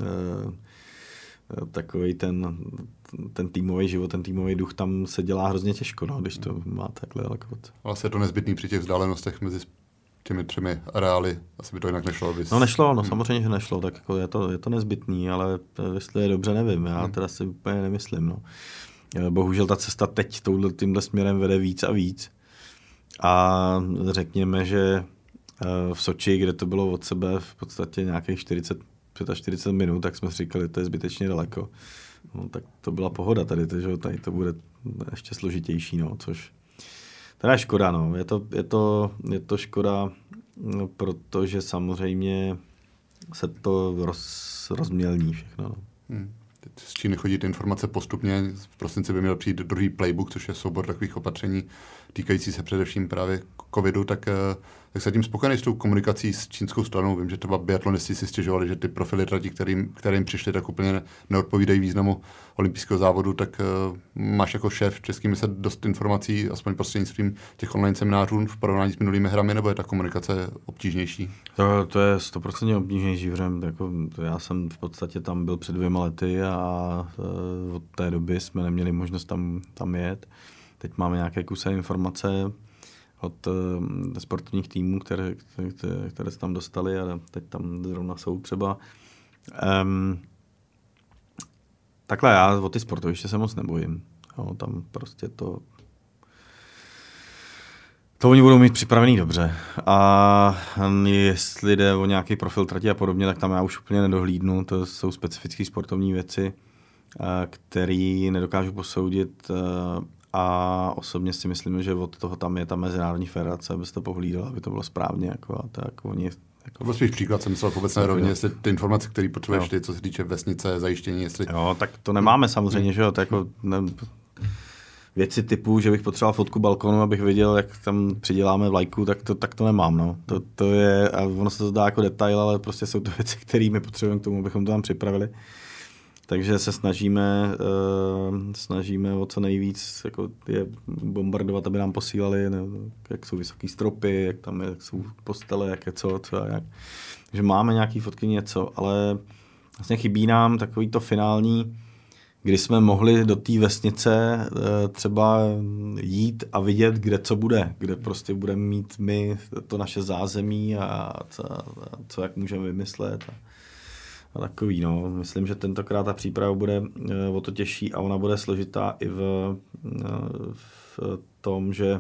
takový ten, ten týmový život, ten týmový duch tam se dělá hrozně těžko, no, když to má takhle daleko. Vlastně je to nezbytný při těch vzdálenostech mezi těmi třemi areály, asi by to jinak nešlo. Abys... No nešlo, no hmm. samozřejmě, že nešlo, tak jako je, to, je to nezbytný, ale jestli je dobře, nevím, já hmm. teda si úplně nemyslím. No. Bohužel ta cesta teď touhle, tímhle směrem vede víc a víc a řekněme, že v Soči, kde to bylo od sebe v podstatě nějakých čtyřicet čtyřicet minut, tak jsme si říkali, to je zbytečně daleko. No, tak to byla pohoda tady, takže tady to bude ještě složitější, no, což teda je škoda, no. Je to, je to, je to škoda, no, protože samozřejmě se to roz, rozmělní všechno, no. Hmm. Z Číny chodí ty informace postupně. V prosinci by měl přijít druhý playbook, což je soubor takových opatření týkající se především právě covidu, tak, tak se tím spokojený s tou komunikací s čínskou stranou. Vím, že třeba biatlonisti si stěžovali, že ty profily tratí, kterým, kterým přišli, tak úplně neodpovídají významu olympijského závodu, tak uh, máš jako šéf český mise dost informací, aspoň prostřednictvím těch online seminářů v porovnání s minulými hrami, nebo je ta komunikace obtížnější? To, to je stoprocentně obtížnější, jako, já jsem v podstatě tam byl před dvěma lety a uh, od té doby jsme neměli možnost tam, tam jet. Teď máme nějaké kusé informace od uh, sportovních týmů, které, které, které se tam dostali a teď tam zrovna jsou třeba. Um, takhle já o ty sportoviště se moc nebojím. Jo, tam prostě to... To oni budou mít připravený dobře. A jestli jde o nějaký profil trati a podobně, tak tam já už úplně nedohlídnu. To jsou specifické sportovní věci, které nedokážu posoudit. A osobně si myslím, že od toho tam je ta mezinárodní federace, aby se to pohlídala, aby to bylo správně. Jako, a tak oni, jako... To byl spíš příklad, jsem myslel v obecné rovině, jestli ty informace, které potřebuješ ty, co se týče vesnice, zajištění, jestli... Jo, tak to nemáme samozřejmě, že jo, to jako... Ne, věci typu, že bych potřeboval fotku balkonu, abych viděl, jak tam přiděláme vlajku, tak to, tak to nemám, no. To, to je, a ono se to zdá jako detail, ale prostě jsou to věci, které my potřebujeme k tomu, abychom to tam připravili. Takže se snažíme, uh, snažíme o co nejvíc jako je bombardovat, aby nám posílali, ne, jak jsou vysoký stropy, jak tam je, jak jsou postele, jak je co, co a jak. Takže máme nějaký fotky něco, ale vlastně chybí nám takový to finální, kdy jsme mohli do té vesnice uh, třeba jít a vidět, kde co bude, kde prostě budeme mít my to naše zázemí a co, a co jak můžeme vymyslet. A, A takový, no. Myslím, že tentokrát ta příprava bude o to těžší a ona bude složitá i v, v tom, že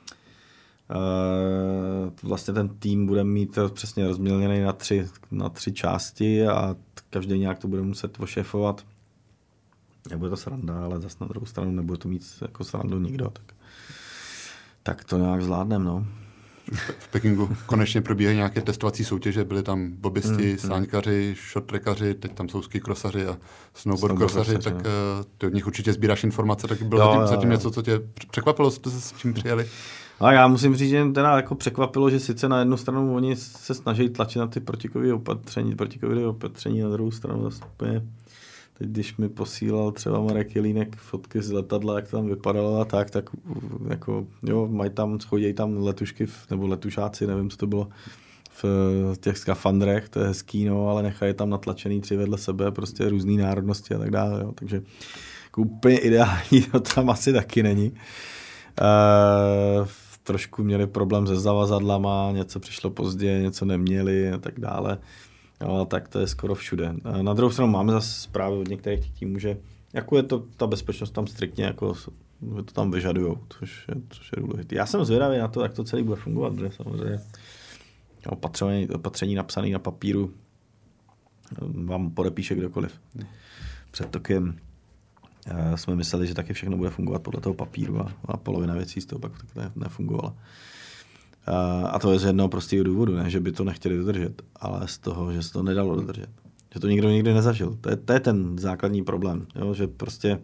vlastně ten tým bude mít přesně rozmělněný na tři, na tři části a každý nějak to bude muset ošéfovat. Nebude to sranda, ale zase na druhou stranu nebude to mít jako srandu nikdo. Tak, tak to nějak zvládneme, no. V Pekingu konečně probíhají nějaké testovací soutěže, byli tam bobisti, mm, sáňkaři, shorttrackaři, teď tam jsou skikrosaři a snowboardkrosaři, tak uh, ty od nich určitě sbíráš informace, tak bylo jo, zatím, jo, zatím jo. něco, co tě překvapilo, co se s čím přijeli? A já musím říct, že teda jako překvapilo, že sice na jednu stranu oni se snaží tlačit na ty protikové opatření, protikové opatření, na druhou stranu zase úplně. Teď, když mi posílal třeba Marek Jelínek fotky z letadla, jak to tam vypadalo a tak, tak jako, jo, mají tam, chodí tam letušky, nebo letušáci, nevím, co to bylo, v těch skafandrech, to je hezký, no, ale nechají tam natlačený tři vedle sebe, prostě různý národnosti a tak dále, jo, takže jako úplně ideální to tam asi taky není. E, trošku měli problém se zavazadlama, něco přišlo pozdě, něco neměli a tak dále. Jo, tak to je skoro všude. Na druhou stranu máme zase zprávy od některých týmů, že jako je to ta bezpečnost tam striktně, jako to tam vyžadujou, což je, což je důležité. Já jsem zvědavý na to, jak to celý bude fungovat, protože samozřejmě opatření, opatření napsané na papíru vám podepíše kdokoliv. Před Tokiem jsme mysleli, že taky všechno bude fungovat podle toho papíru a, a polovina věcí z toho pak tak nefungovala. A to je z jednoho prostého důvodu, ne, že by to nechtěli dodržet, ale z toho, že se to nedalo dodržet. Že to nikdo nikdy nezažil. To je, to je ten základní problém, jo, že prostě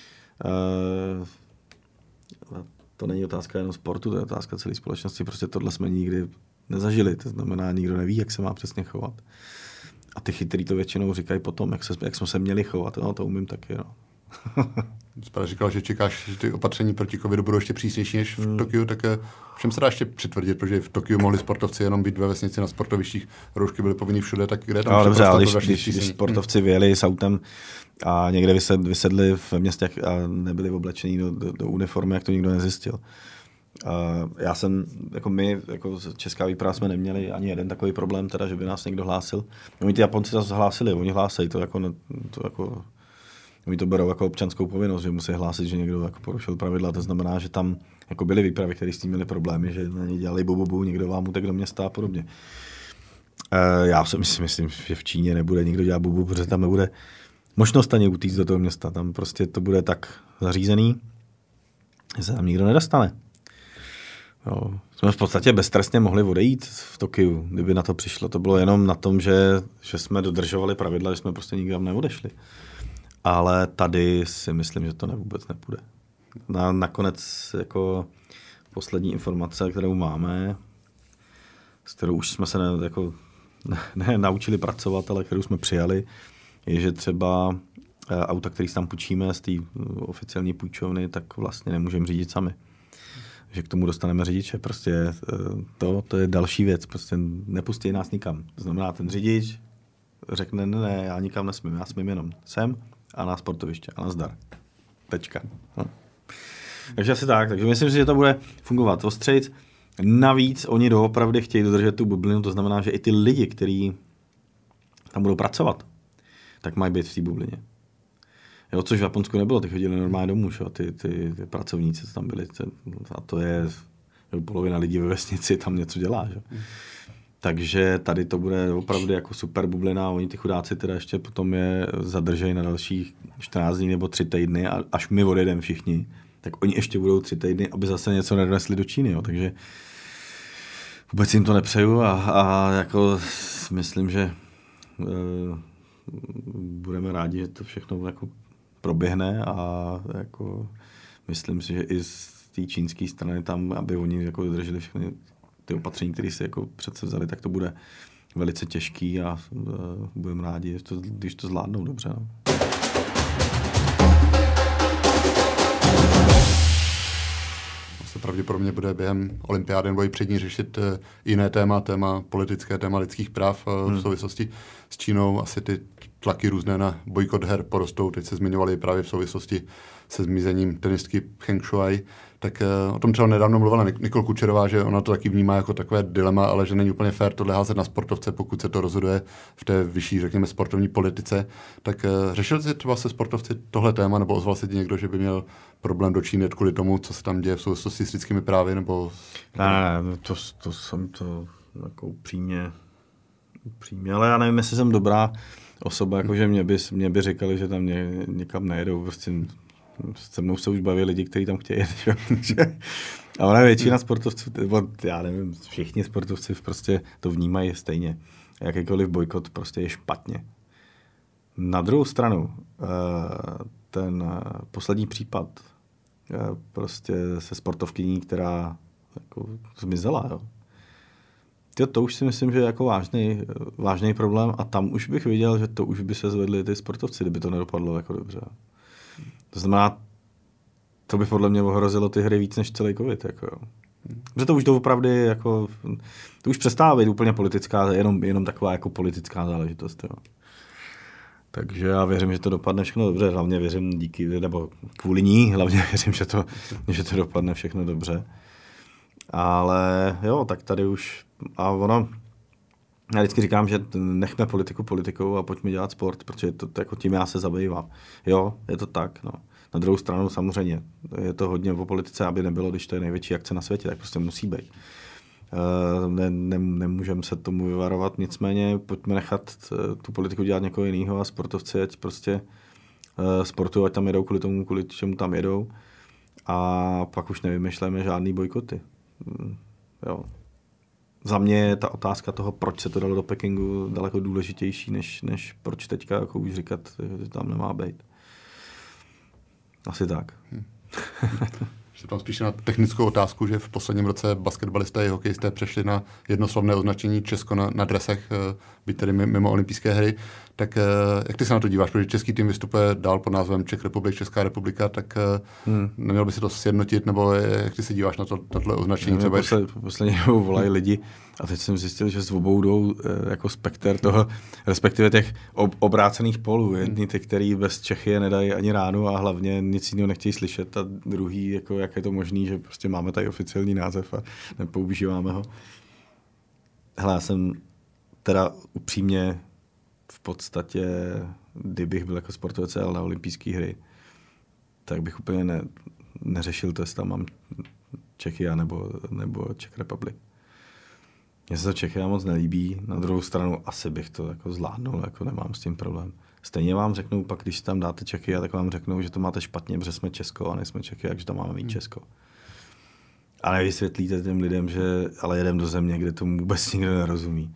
uh, to není otázka jenom sportu, to je otázka celé společnosti, prostě tohle jsme nikdy nezažili, to znamená, nikdo neví, jak se má přesně chovat. A ty chytrý to většinou říkají potom, jak, se, jak jsme se měli chovat. No, to umím taky, no. Spáda říkal, že čekáš, že ty opatření proti covidu budou ještě přísnější než v hmm. Tokiu, tak všem se dá ještě přitvrdit, protože v Tokiu mohli sportovci jenom být ve vesnici na sportovištích, roušky byly povinný všude, tak kde tam no, dobře, ale když, když, když sportovci vyjeli s autem a někde vysedli, vysedli v městech a nebyli oblečení do, do, do uniformy, jak to nikdo nezjistil. Uh, já jsem, jako my, jako Česká výprava jsme neměli ani jeden takový problém, teda, že by nás někdo hlásil. Oni ty Japonci zase hlásili, oni hlásejí to jako, to jako oni to berou jako občanskou povinnost, že musí hlásit, že někdo jako porušil pravidla. To znamená, že tam jako byly výpravy, které s tím měli problémy, že na ně dělali bububu, někdo vám utek do města a podobně. Uh, já si myslím, myslím, že v Číně nebude nikdo dělat bubu, protože tam nebude možnost ani utíct do toho města. Tam prostě to bude tak zařízený, že se tam nikdo nedostane. Jo. Jsme v podstatě beztrestně mohli odejít v Tokiu, kdyby na to přišlo. To bylo jenom na tom, že, že jsme dodržovali pravidla, že jsme prostě nikam neodešli. Ale tady si myslím, že to ne, vůbec nepůjde. Na, nakonec jako poslední informace, kterou máme, s kterou už jsme se ne, jako, ne, ne naučili pracovat, ale kterou jsme přijali, je, že třeba auta, které tam půjčíme z té oficiální půjčovny, tak vlastně nemůžeme řídit sami. Že k tomu dostaneme řidiče. Prostě to, to je další věc. Prostě nepustí nás nikam. To znamená, ten řidič řekne, ne, ne, já nikam nesmím, já smím jenom sem a na sportoviště a nazdar. Tečka. No. Takže asi tak. Takže myslím si, že to bude fungovat ostřejc. Navíc oni doopravdy chtějí dodržet tu bublinu, to znamená, že i ty lidi, kteří tam budou pracovat, tak mají být v té bublině. Jo, což v Japonsku nebylo, ty chodili normálně domů, šo? Ty, ty, ty pracovníci, co tam byli. A to je, že polovina lidí ve vesnici tam něco dělá. Že? Mm. Takže tady to bude opravdu jako super bublina. Oni ty chudáci teda ještě potom je zadržejí na dalších čtrnáct dní nebo tři týdny a až my odjedeme všichni, tak oni ještě budou tři týdny, aby zase něco nedonesli do Číny. Jo? Takže vůbec jim to nepřeju a, a jako myslím, že uh, budeme rádi, že to všechno jako proběhne a jako myslím si, že i z té čínské strany tam, aby oni jako dodrželi všechny ty opatření, které si jako přece vzali, tak to bude velice těžký a uh, budeme rádi, že to, když to zvládnou dobře. No. Pravděpodobně bude během olympiády nebo i před ní řešit jiné téma, téma politické, téma lidských práv hmm. v souvislosti s Čínou. Asi ty tlaky různé na bojkot her porostou. Teď se zmiňovali právě v souvislosti se zmizením tenistky Peng Shuai. Tak o tom třeba nedávno mluvila Nikol Kučerová, že ona to taky vnímá jako takové dilema, ale že není úplně fér tohle házet na sportovce, pokud se to rozhoduje v té vyšší, řekněme, sportovní politice. Tak řešil jsi třeba se sportovci tohle téma, nebo ozval se ti někdo, že by měl problém do Číny kvůli tomu, co se tam děje v souvislosti s lidskými právy, nebo... Ne, ne, to, to jsem to jako upřímně, upřímně, ale já nevím, jestli jsem dobrá osoba, jakože mě by, mě by říkali, že tam ně, někam nejedou, prostě se mnou se už baví lidi, kteří tam chtějí jet. A ona většina sportovců, já nevím, všichni sportovci prostě to vnímají stejně. Jakýkoliv bojkot prostě je špatně. Na druhou stranu, ten poslední případ prostě se sportovkyní, která jako zmizela, jo. To, to už si myslím, že je jako vážný, vážný problém a tam už bych viděl, že to už by se zvedli ty sportovci, kdyby to nedopadlo jako dobře. To znamená, to by podle mě ohrozilo ty hry víc než celý covid. Jako, jo. Protože to už doopravdy, jako, to už přestává být úplně politická, jenom, jenom taková jako politická záležitost. Jo. Takže já věřím, že to dopadne všechno dobře, hlavně věřím díky, nebo kvůli ní, hlavně věřím, že to, že to dopadne všechno dobře. Ale jo, tak tady už, a ono, já vždycky říkám, že nechme politiku politikou a pojďme dělat sport, protože to, to jako tím já se zabývám. Jo, je to tak, no. Na druhou stranu samozřejmě, je to hodně o politice, aby nebylo, když to je největší akce na světě, tak prostě musí být. Ne, ne, nemůžeme se tomu vyvarovat, nicméně pojďme nechat tu politiku dělat někoho jiného a sportovci, ať prostě sportují, ať tam jedou kvůli tomu, kvůli čemu tam jedou a pak už nevymýšlejme žádný bojkoty. Jo. Za mě je ta otázka toho, proč se to dalo do Pekingu, daleko důležitější, než, než proč teďka jako už říkat, že tam nemá být. Asi tak. Hmm. Se tam spíše na technickou otázku, že v posledním roce basketbalisté i hokejisté přešli na jednoslovné označení Česko na, na dresech, byť tedy mimo olympijské hry. Tak jak ty se na to díváš? Protože český tým vystupuje dál pod názvem Czech Republic, Česká republika, tak hmm. neměl by se to sjednotit, nebo jak ty se díváš na, to, na tohle označení? Třeba posled, poslední dobou volají lidi a teď jsem zjistil, že s obou jdou jako spekter toho, respektive těch ob, obrácených polů. Jedni ty, který bez Čechy nedají ani ránu a hlavně nic jiného nechtějí slyšet, a druhý, jako jak je to možný, že prostě máme tady oficiální název a nepoužíváme ho. Hele, já jsem teda upřímně v podstatě, kdybych byl jako sportovec na olympijské hry, tak bych úplně ne, neřešil to, jestli tam mám Čechy nebo, nebo Czech Republic. Mně se to Čechy moc nelíbí, na druhou stranu asi bych to jako zvládnul, jako nemám s tím problém. Stejně vám řeknou pak, když tam dáte Čechy, tak vám řeknou, že to máte špatně, protože jsme Česko a nejsme Čechy, takže tam máme mít Česko. A nevysvětlíte těm lidem, že ale jedem do země, kde tomu vůbec nikdo nerozumí.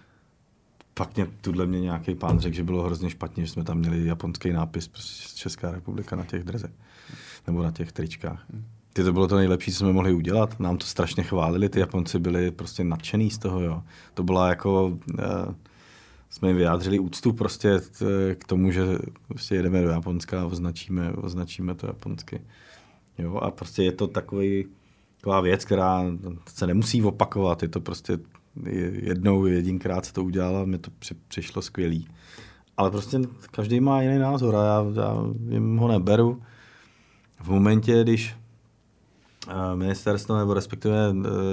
Pak mě, tuhle mě nějaký pán řekl, že bylo hrozně špatně, že jsme tam měli japonský nápis prostě Česká republika na těch drezech. Nebo na těch tričkách. Ty to bylo to nejlepší, co jsme mohli udělat. Nám to strašně chválili, ty Japonci byli prostě nadšený z toho, jo. To byla jako, uh, jsme jim vyjádřili úctu prostě k tomu, že prostě jedeme do Japonska a označíme, označíme to japonsky. Jo, a prostě je to takový, taková věc, která se nemusí opakovat, je to prostě jednou, jedinkrát se to udělalo a mi to při, přišlo skvělý. Ale prostě každý má jiný názor a já, já jim ho neberu. V momentě, když ministerstvo nebo respektive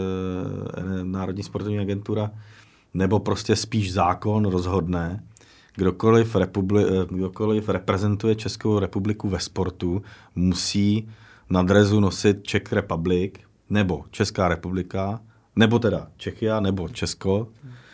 e, Národní sportovní agentura nebo prostě spíš zákon rozhodne, kdokoliv, republi- kdokoliv reprezentuje Českou republiku ve sportu, musí na drezu nosit Czech Republic nebo Česká republika, nebo teda Čechia, nebo Česko,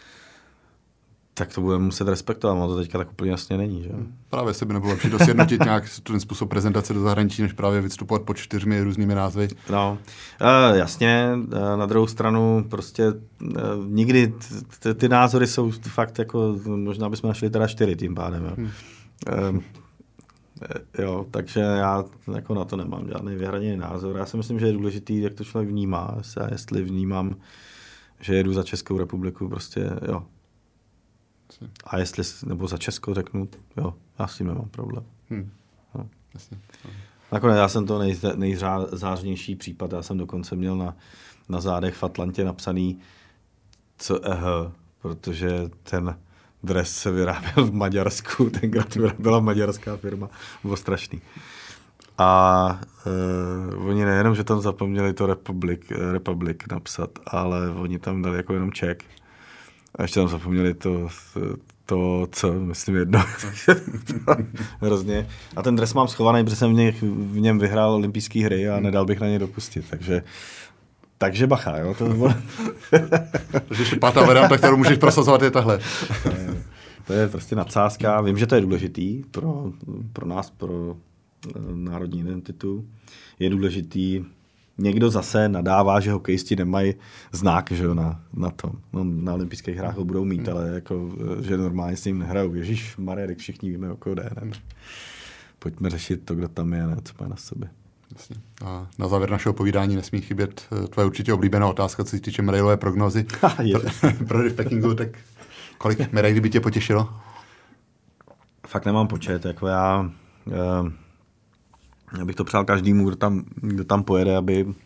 tak to budeme muset respektovat. No to teďka tak úplně jasně není, že? Právě se by nebylo lepší dosjednotit nějak ten způsob prezentace do zahraničí, než právě vystupovat pod čtyřmi různými názvy. No, e, jasně, e, na druhou stranu prostě e, nikdy t- ty názory jsou fakt jako, možná bychom našli teda čtyři tím pádem, jo. Hmm. E, e, jo, takže já jako na to nemám žádný vyhraněný názor. Já si myslím, že je důležitý, jak to člověk vnímá. Jestli vnímám, že jedu za Českou republiku, prostě jo. A jestli, nebo za Česko řeknu, jo, já s tím nemám problém. Hmm. No. Jasně. Nakonec já jsem to nej, nejzářnější případ, já jsem dokonce měl na, na zádech v Atlantě napsaný C E H, protože ten dres se vyráběl v Maďarsku, tenkrát vyráběla maďarská firma, bylo strašný. A uh, oni nejenom, že tam zapomněli to Republic, Republic napsat, ale oni tam dali jako jenom Czech. A ještě tam zapomněli to, to co, myslím jedno. Hrozně. A ten dres mám schovaný, protože jsem v, něch, v něm vyhrál olympijské hry a nedal bych na ně dopustit. Takže, takže bacha, jo. To bylo... Takže ještě pátá varianta, kterou můžeš prosazovat, je tahle. To je prostě nadsázka. Vím, že to je důležitý pro, pro nás, pro národní identitu. Je důležitý. Někdo zase nadává, že hokejisti nemají znak, že jo, na, na tom. No, na olympijských hrách ho budou mít, hmm. ale jako, že normálně s ním nehrajou. Ježíš Marek, všichni víme, o koho jde, ne? Pojďme řešit to, kdo tam je, ne, co má na sobě. Jasně. A na závěr našeho povídání nesmí chybět tvoje určitě oblíbená otázka, co se týče medailové prognózy. Pro v Pekingu, tak kolik medailí by tě potěšilo? Fakt nemám počet, jako já... Uh, Já bych to přál každému, kdo tam, kdo tam pojede, aby uh,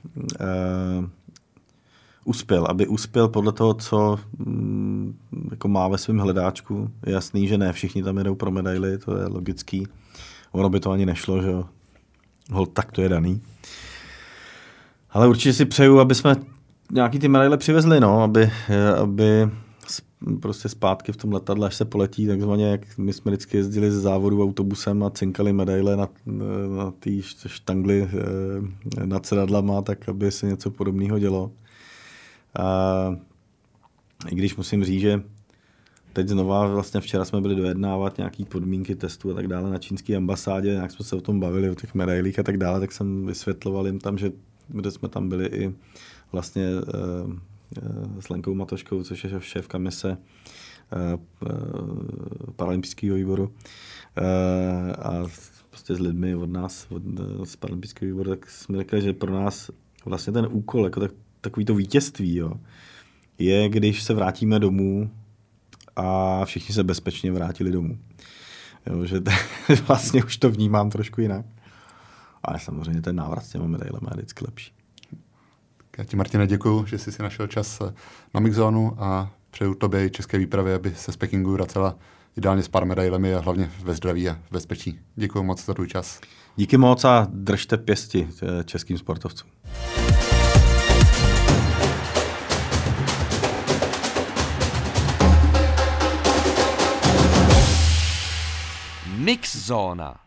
uspěl. Aby uspěl podle toho, co um, jako má ve svém hledáčku. Je jasný, že ne všichni tam jedou pro medaily, to je logický. Ono by to ani nešlo, že jo. Hol, tak to je daný. Ale určitě si přeju, aby jsme nějaký ty medaile přivezli, no, aby, aby prostě zpátky v tom letadle, až se poletí, takzvaně, jak my jsme vždycky jezdili ze závodu autobusem a cinkali medaile na, na té štangli nad sedadlama, tak aby se něco podobného dělo. A i když musím říct, že teď znova, vlastně včera jsme byli dojednávat nějaký podmínky testů a tak dále na čínské ambasádě, nějak jsme se o tom bavili, o těch medailích a tak dále, tak jsem vysvětloval jim tam, že kde jsme tam byli i vlastně s Lenkou Matoškou, což je šéfka mise paralympijského výboru. A prostě s lidmi od nás, od, z paralympijského výboru, tak jsme řekli, že pro nás vlastně ten úkol, jako tak, takový to vítězství, jo, je, když se vrátíme domů a všichni se bezpečně vrátili domů. Jo, že vlastně už to vnímám trošku jinak. Ale samozřejmě ten návrat s těma medailemi je vždycky lepší. Já ti, Martine, děkuju, že jsi si našel čas na Mixzónu a přeju tobě i české výpravě, aby se z Pekingu vracela ideálně s pár medailemi a hlavně ve zdraví a v bezpečí. Děkuju moc za tvůj čas. Díky moc a držte pěsti českým sportovcům. Mixzóna.